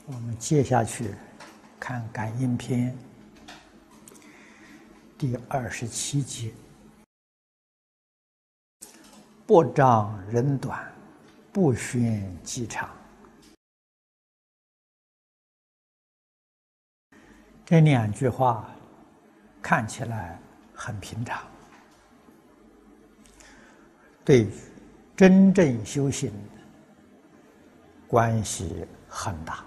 我们接下去看感应篇第27节：不长人短，不宣己长。这两句话看起来很平常，对于真正修行关系很大。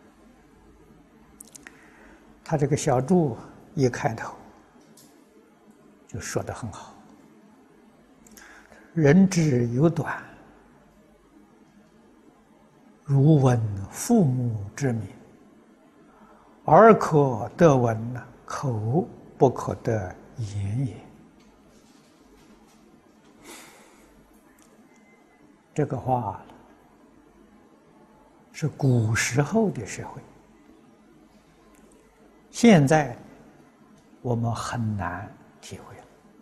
他这个小注一开头就说得很好：人之有短，如闻父母之名，耳可得闻，口不可得言也。这个话是古时候的社会，现在我们很难体会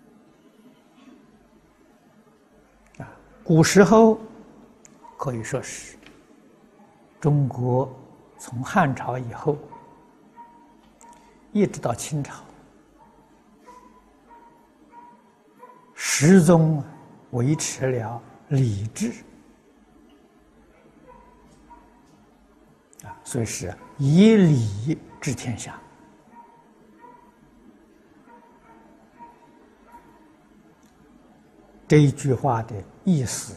了。古时候可以说是中国从汉朝以后一直到清朝，始终维持了礼制，所以是以礼治天下。这一句话的意思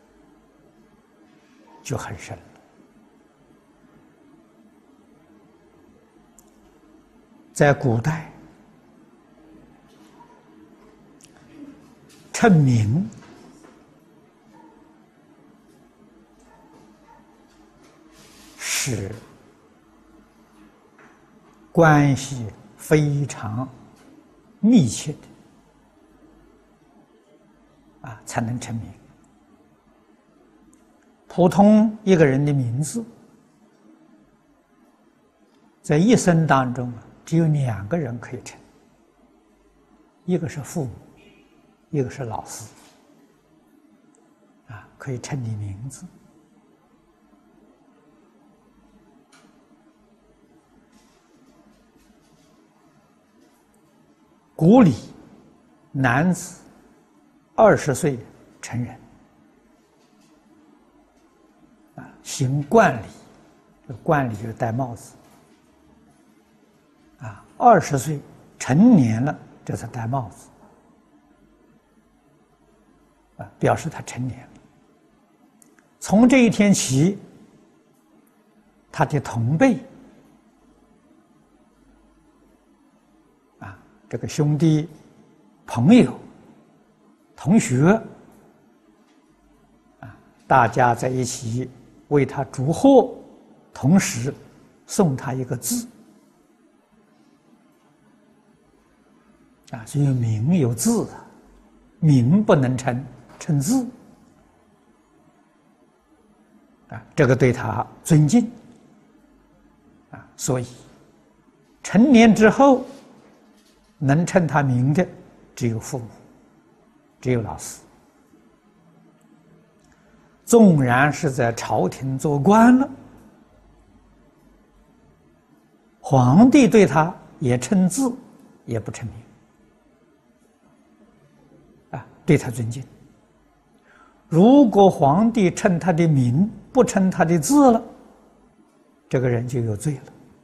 就很深了。在古代，称名是关系非常密切的才能成名。普通一个人的名字，在一生当中只有2个人可以称，一个是父母，一个是老师，可以称你名字。古礼，男子20岁成人，行冠礼，冠礼就是戴帽子，20岁成年了，这才戴帽子，表示他成年了。从这一天起，他的同辈这个兄弟、朋友、同学大家在一起为他祝贺，同时送他一个字所以名有字，名不能称，称字这个对他尊敬所以成年之后能称他名的只有父母，只有老师。纵然是在朝廷做官了，皇帝对他也称字，也不称名对他尊敬。如果皇帝称他的名，不称他的字了，这个人就有罪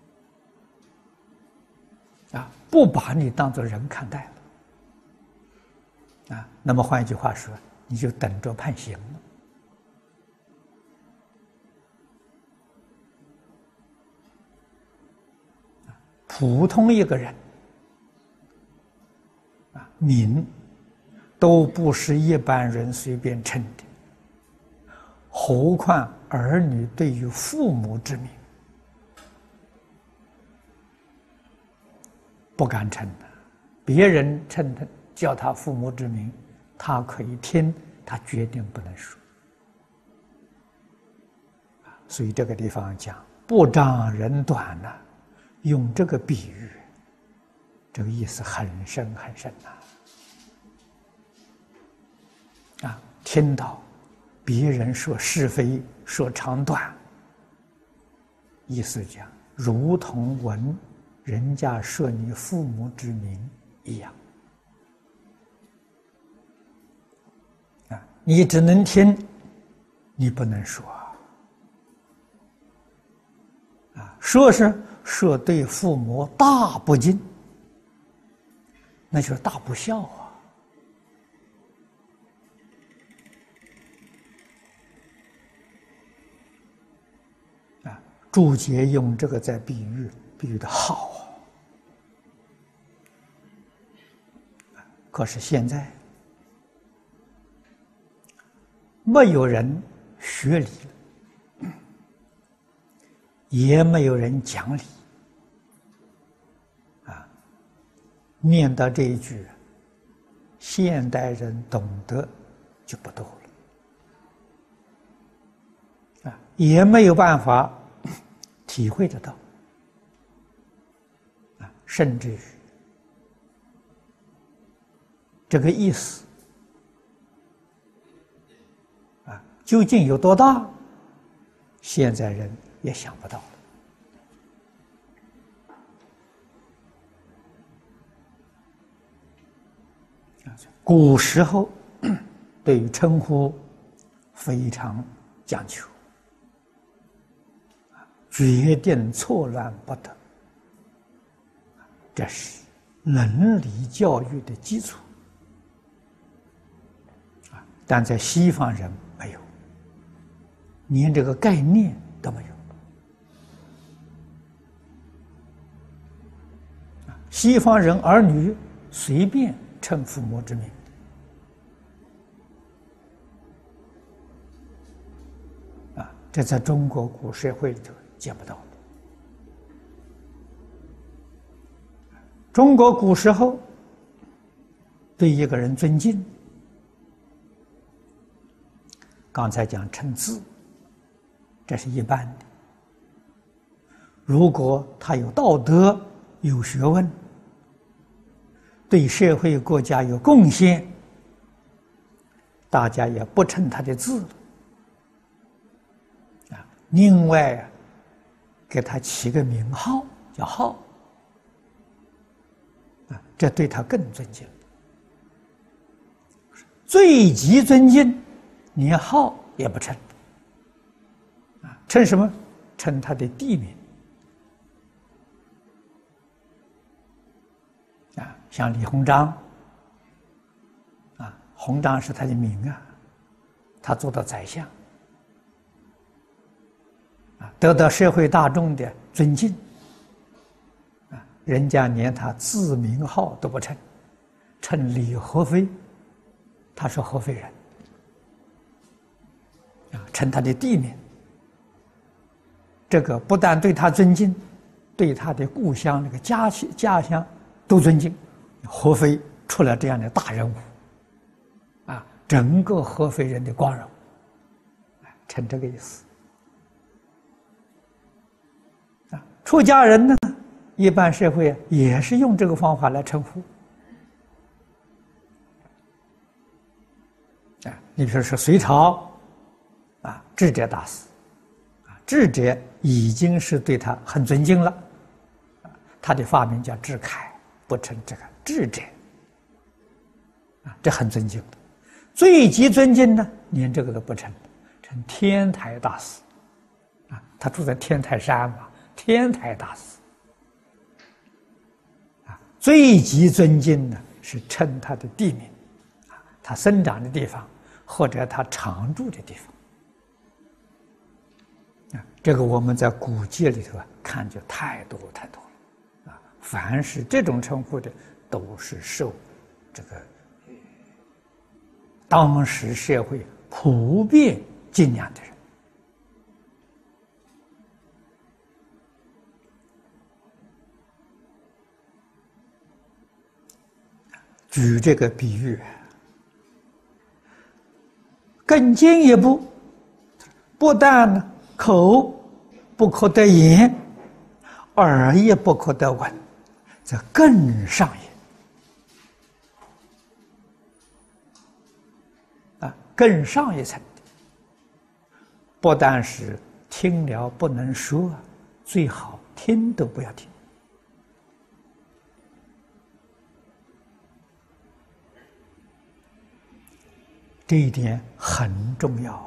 了不把你当作人看待了那么换一句话说，你就等着判刑了。普通一个人名都不是一般人随便称的，何况儿女对于父母之名不敢称别人称他叫他父母之名，他可以听，他决定不能说所以这个地方讲不长人短用这个比喻，这个意思很深很深听到别人说是非，说长短意思讲，如同闻人家说你父母之名一样。你只能听，你不能说。说是说对父母大不敬，那就是大不孝注解用这个在比喻，比喻的好。可是现在没有人学理了，也没有人讲理念到这一句，现代人懂得就不多了也没有办法体会得到甚至于这个意思究竟有多大，现在人也想不到了。古时候对于称呼非常讲究，决定错乱不得，这是伦理教育的基础但在西方人没有，连这个概念都没有。西方人儿女随便称父母之名，这在中国古社会里头见不到的。中国古时候对一个人尊敬，刚才讲称字，这是一般的。如果他有道德、有学问，对社会国家有贡献，大家也不称他的字了另外给他起个名号叫号这对他更尊敬。最极尊敬，连号也不称称什么？称他的地名像李鸿章鸿章是他的名他做到宰相得到社会大众的尊敬人家连他字名号都不称，称李合肥，他是合肥人称他的地名，这个不但对他尊敬，对他的故乡那个家乡都尊敬。合肥出了这样的大人物整个合肥人的光荣成这个意思出家人呢，一般社会也是用这个方法来称呼你比如说隋朝智者大师智者已经是对他很尊敬了他的法名叫智凯，不称这个智者这很尊敬的。最极尊敬呢，连这个都不称，称天台大师他住在天台山嘛，天台大师最极尊敬呢是称他的地名他生长的地方或者他常住的地方这个我们在古籍里头看就太多太多了凡是这种称呼的都是受这个当时社会普遍敬仰的人举这个比喻更进一步，不但呢口不可得言，耳也不可得闻，这更上也更上一层的，不但是听了不能说， 最好听都不要听。这一点很重要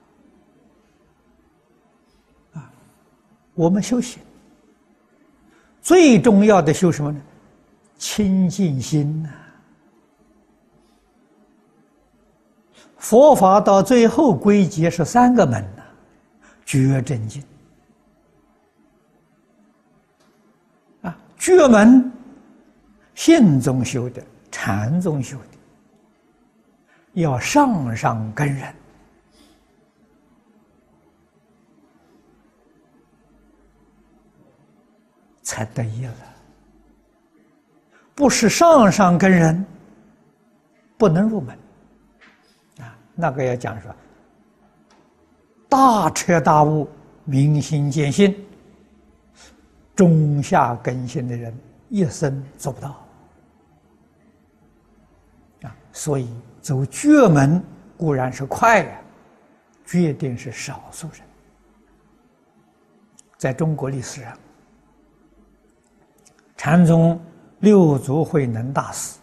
啊！我们修行最重要的修什么呢？清净心呐。佛法到最后归结是3个门呐：觉正净啊，觉门信中修的，禅中修的。要上上根人，才得意了。不是上上根人，不能入门。啊，那个要讲说，大彻大悟、明心见性、中下根性的人，一生做不到。啊，所以走觉门固然是快呀，决定是少数人。在中国历史上，禅宗六祖慧能大师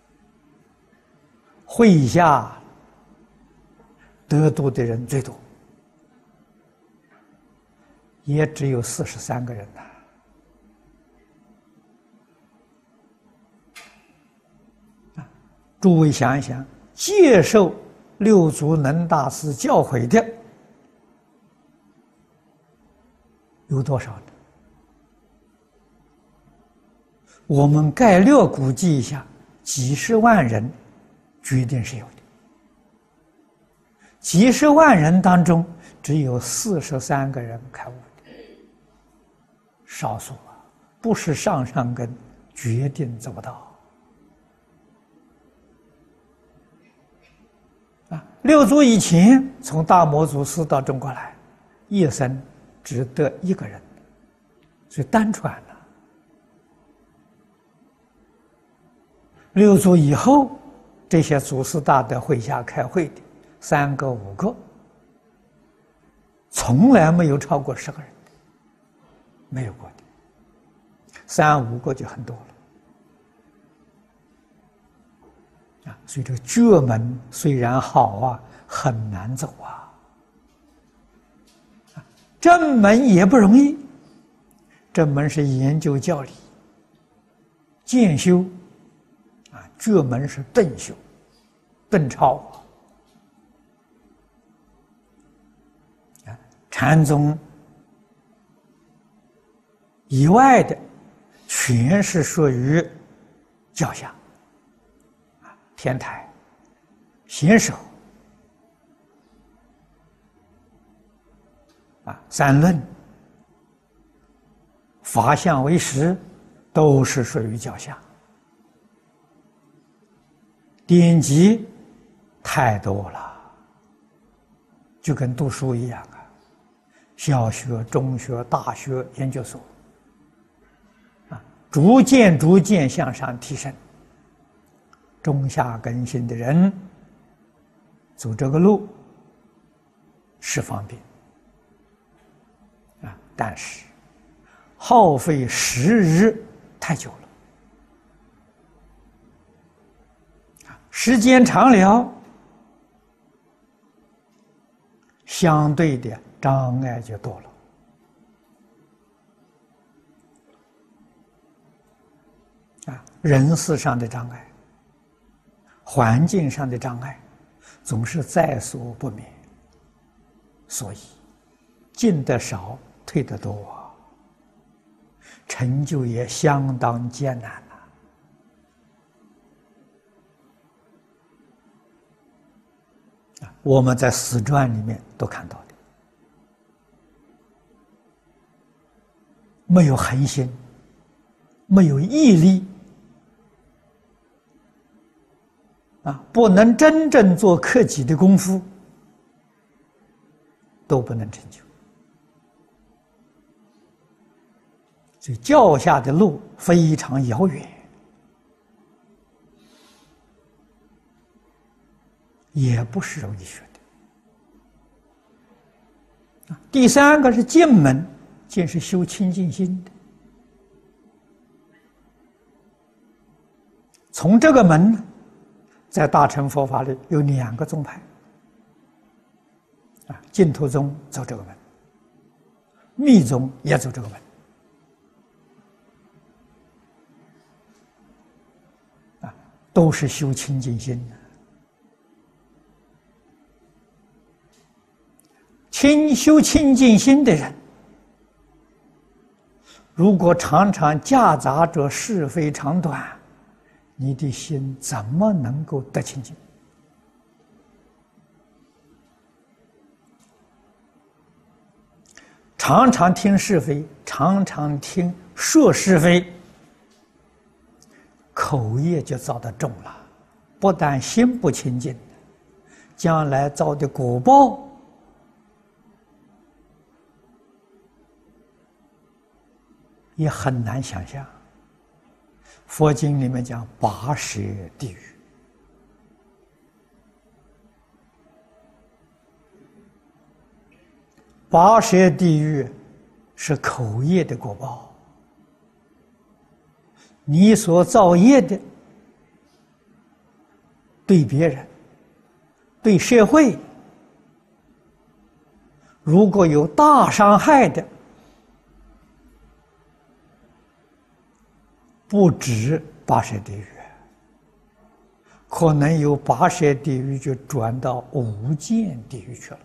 会下得度的人最多，也只有43个人呐。诸位想一想，接受六祖能大师教诲的有多少呢？我们概略估计一下，几十万人决定是有的。几十万人当中，只有43个人开悟的，少数啊，不是上上根，决定做不到。六祖以前从大摩祖师到中国来，一生只得1个人，所以单传了。六祖以后，这些祖师大德会下开会的3个5个，从来没有超过10个人，没有过的，3、5个就很多了。所以这个觉门虽然好啊，很难走啊。正门也不容易，正门是研究教理、渐修啊，觉门是顿修、顿超啊。禅宗以外的，全是属于教下。天台、显首啊，三论、法相为实，都是属于教下。典籍太多了，就跟读书一样啊，小学、中学、大学、研究所啊，逐渐向上提升。中下根性的人走这个路是方便啊，但是耗费时日太久了，时间长了，相对的障碍就多了啊，人事上的障碍。环境上的障碍总是在所不免，所以进得少，退得多，成就也相当艰难了。我们在史传里面都看到的，没有恒心，没有毅力。不能真正做克己的功夫，都不能成就。所以教下的路非常遥远，也不是容易学的。第3个是进门， 竟是修清净心的。从这个门呢，在大乘佛法里有2个宗派，净土宗走这个门，密宗也走这个门。都是修清净心的。修清净心的人，如果常常夹杂着是非长短，你的心怎么能够得清净？常常听是非，常常听说是非，口业就造得重了，不但心不清净，将来造的果报也很难想象。佛经里面讲拔舌地狱，拔舌地狱是口业的果报。你所造业的，对别人、对社会，如果有大伤害的，不止拔舌地狱，可能有拔舌地狱就转到无间地狱去了。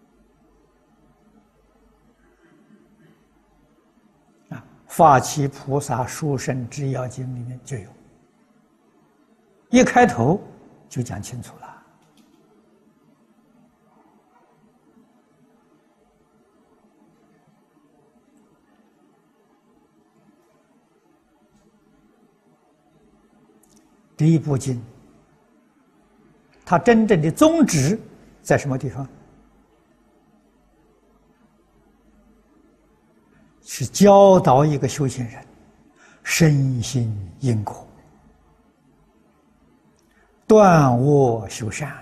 法起菩萨殊胜之要经里面就有，一开头就讲清楚了。这一部经，它真正的宗旨在什么地方？是教导一个修行人深信因果，断恶修善，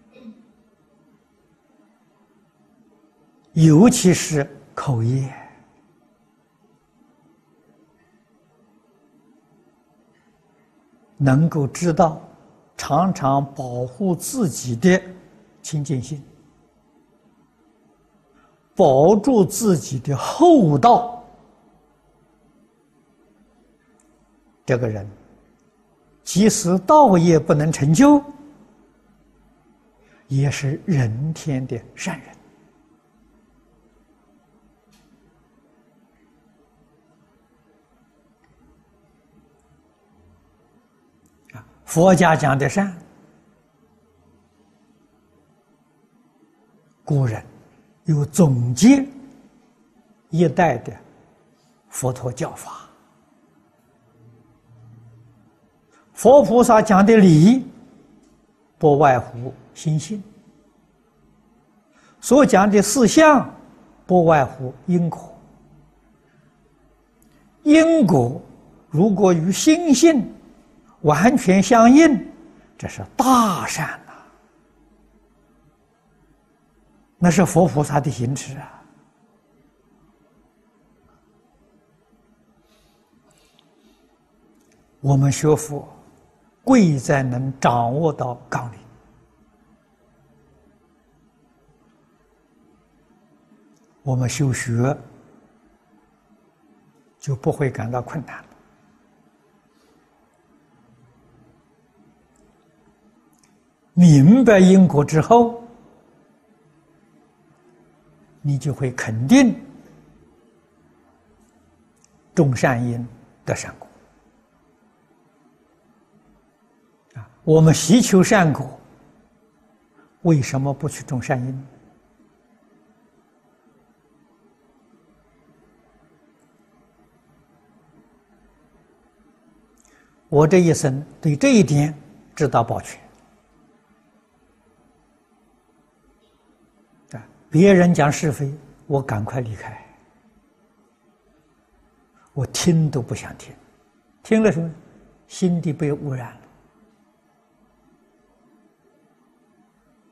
尤其是口业，能够知道常常保护自己的清净心，保住自己的厚道，这个人即使道业不能成就，也是人天的善人。佛家讲的善，古人有总结一代的佛陀教法。佛菩萨讲的理，不外乎心性；所讲的事相，不外乎因果。因果如果与心性完全相应，这是大善呐，那是佛菩萨的行持啊。我们学佛贵在能掌握到纲领，我们修学就不会感到困难了。明白因果之后，你就会肯定种善因得善果。我们习求善果，为什么不去种善因？我这一生对这一点知道保全。别人讲是非，我赶快离开，我听都不想听，听了什么？心地被污染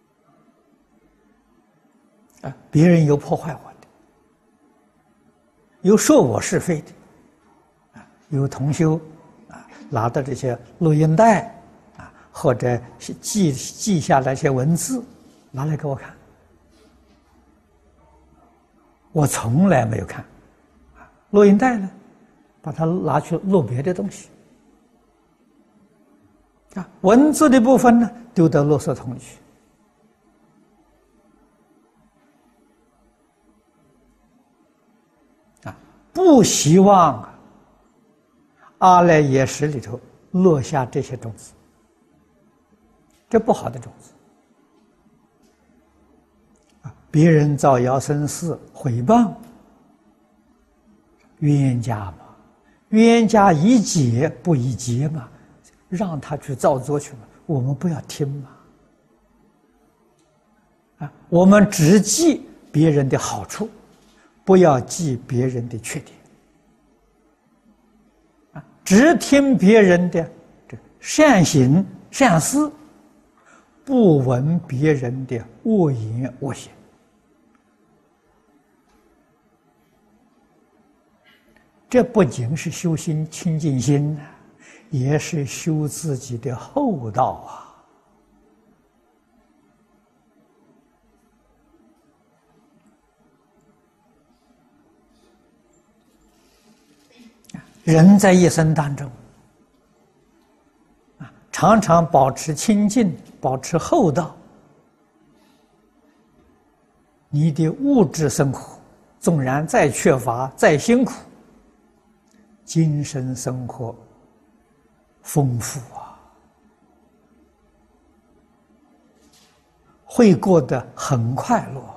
了。别人有破坏我的， 有说我是非的，有同修拿到这些录音带或者记下来一些文字，拿来给我看，我从来没有看。录音带呢，把它拿去录别的东西，文字的部分呢，丢到垃圾桶里去。不希望阿赖耶识里头落下这些种子，这不好的种子。别人造谣生事、诽谤，冤家嘛，冤家宜解不宜结嘛，让他去造作去嘛，我们不要听嘛。我们只记别人的好处，不要记别人的缺点。只听别人的善行善事，不闻别人的恶言恶行。这不仅是修心清净心，也是修自己的厚道啊。人在一生当中，常常保持清净，保持厚道，你的物质生活纵然再缺乏、再辛苦，精神生活丰富啊，会过得很快乐，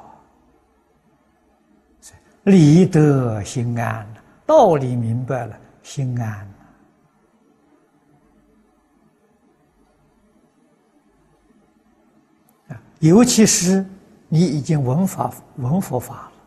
理得心安，道理明白了，心安。尤其是你已经闻佛法了，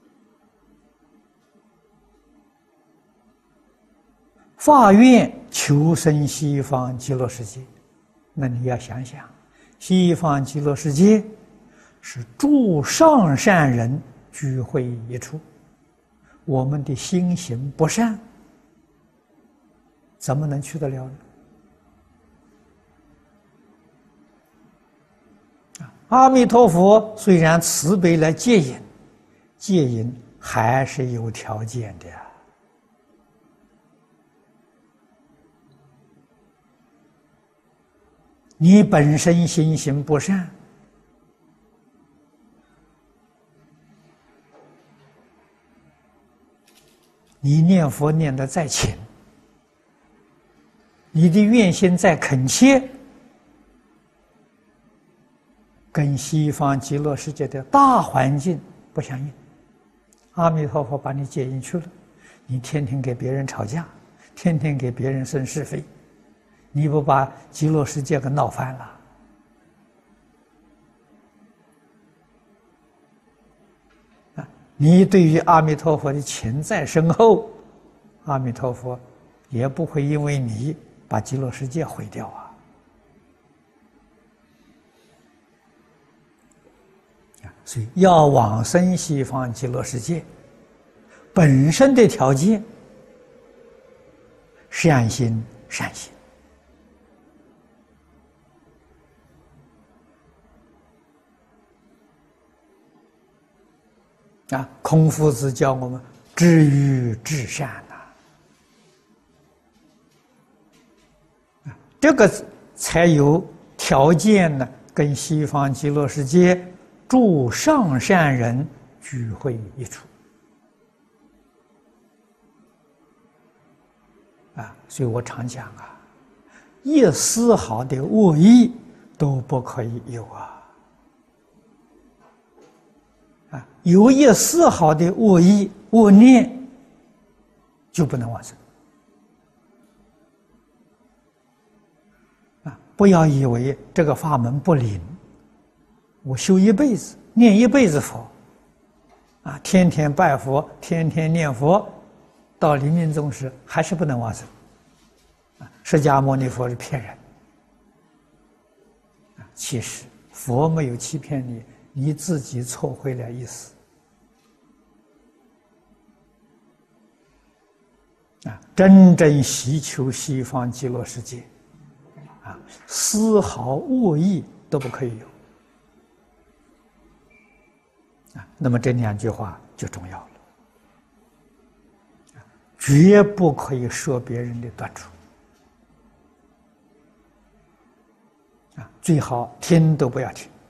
发愿求生西方极乐世界，那你要想想，西方极乐世界是诸上善人聚会一处，我们的心行不善，怎么能去得了呢？阿弥陀佛虽然慈悲来戒引，戒引还是有条件的呀。你本身心行不善，你念佛念得再勤，你的愿心再恳切，跟西方极乐世界的大环境不相应。阿弥陀佛把你接引去了，你天天给别人吵架，天天给别人生是非，你不把极乐世界给闹翻了？你对于阿弥陀佛的情再深厚，阿弥陀佛也不会因为你把极乐世界毁掉啊。所以要往生西方极乐世界，本身的条件善心善行。孔夫子教我们知欲至善这个才有条件呢，跟西方极乐世界诸上善人聚会一处所以我常讲一丝毫的恶意都不可以有有一丝毫的恶意恶念就不能往生不要以为这个法门不灵，我修一辈子念一辈子佛天天拜佛天天念佛，到临命终时还是不能往生释迦牟尼佛是骗人其实佛没有欺骗你，你自己错会了意思真正希求西方极乐世界，丝毫恶意都不可以有。那么这2句话就重要了，绝不可以说别人的短处，最好听都不要听。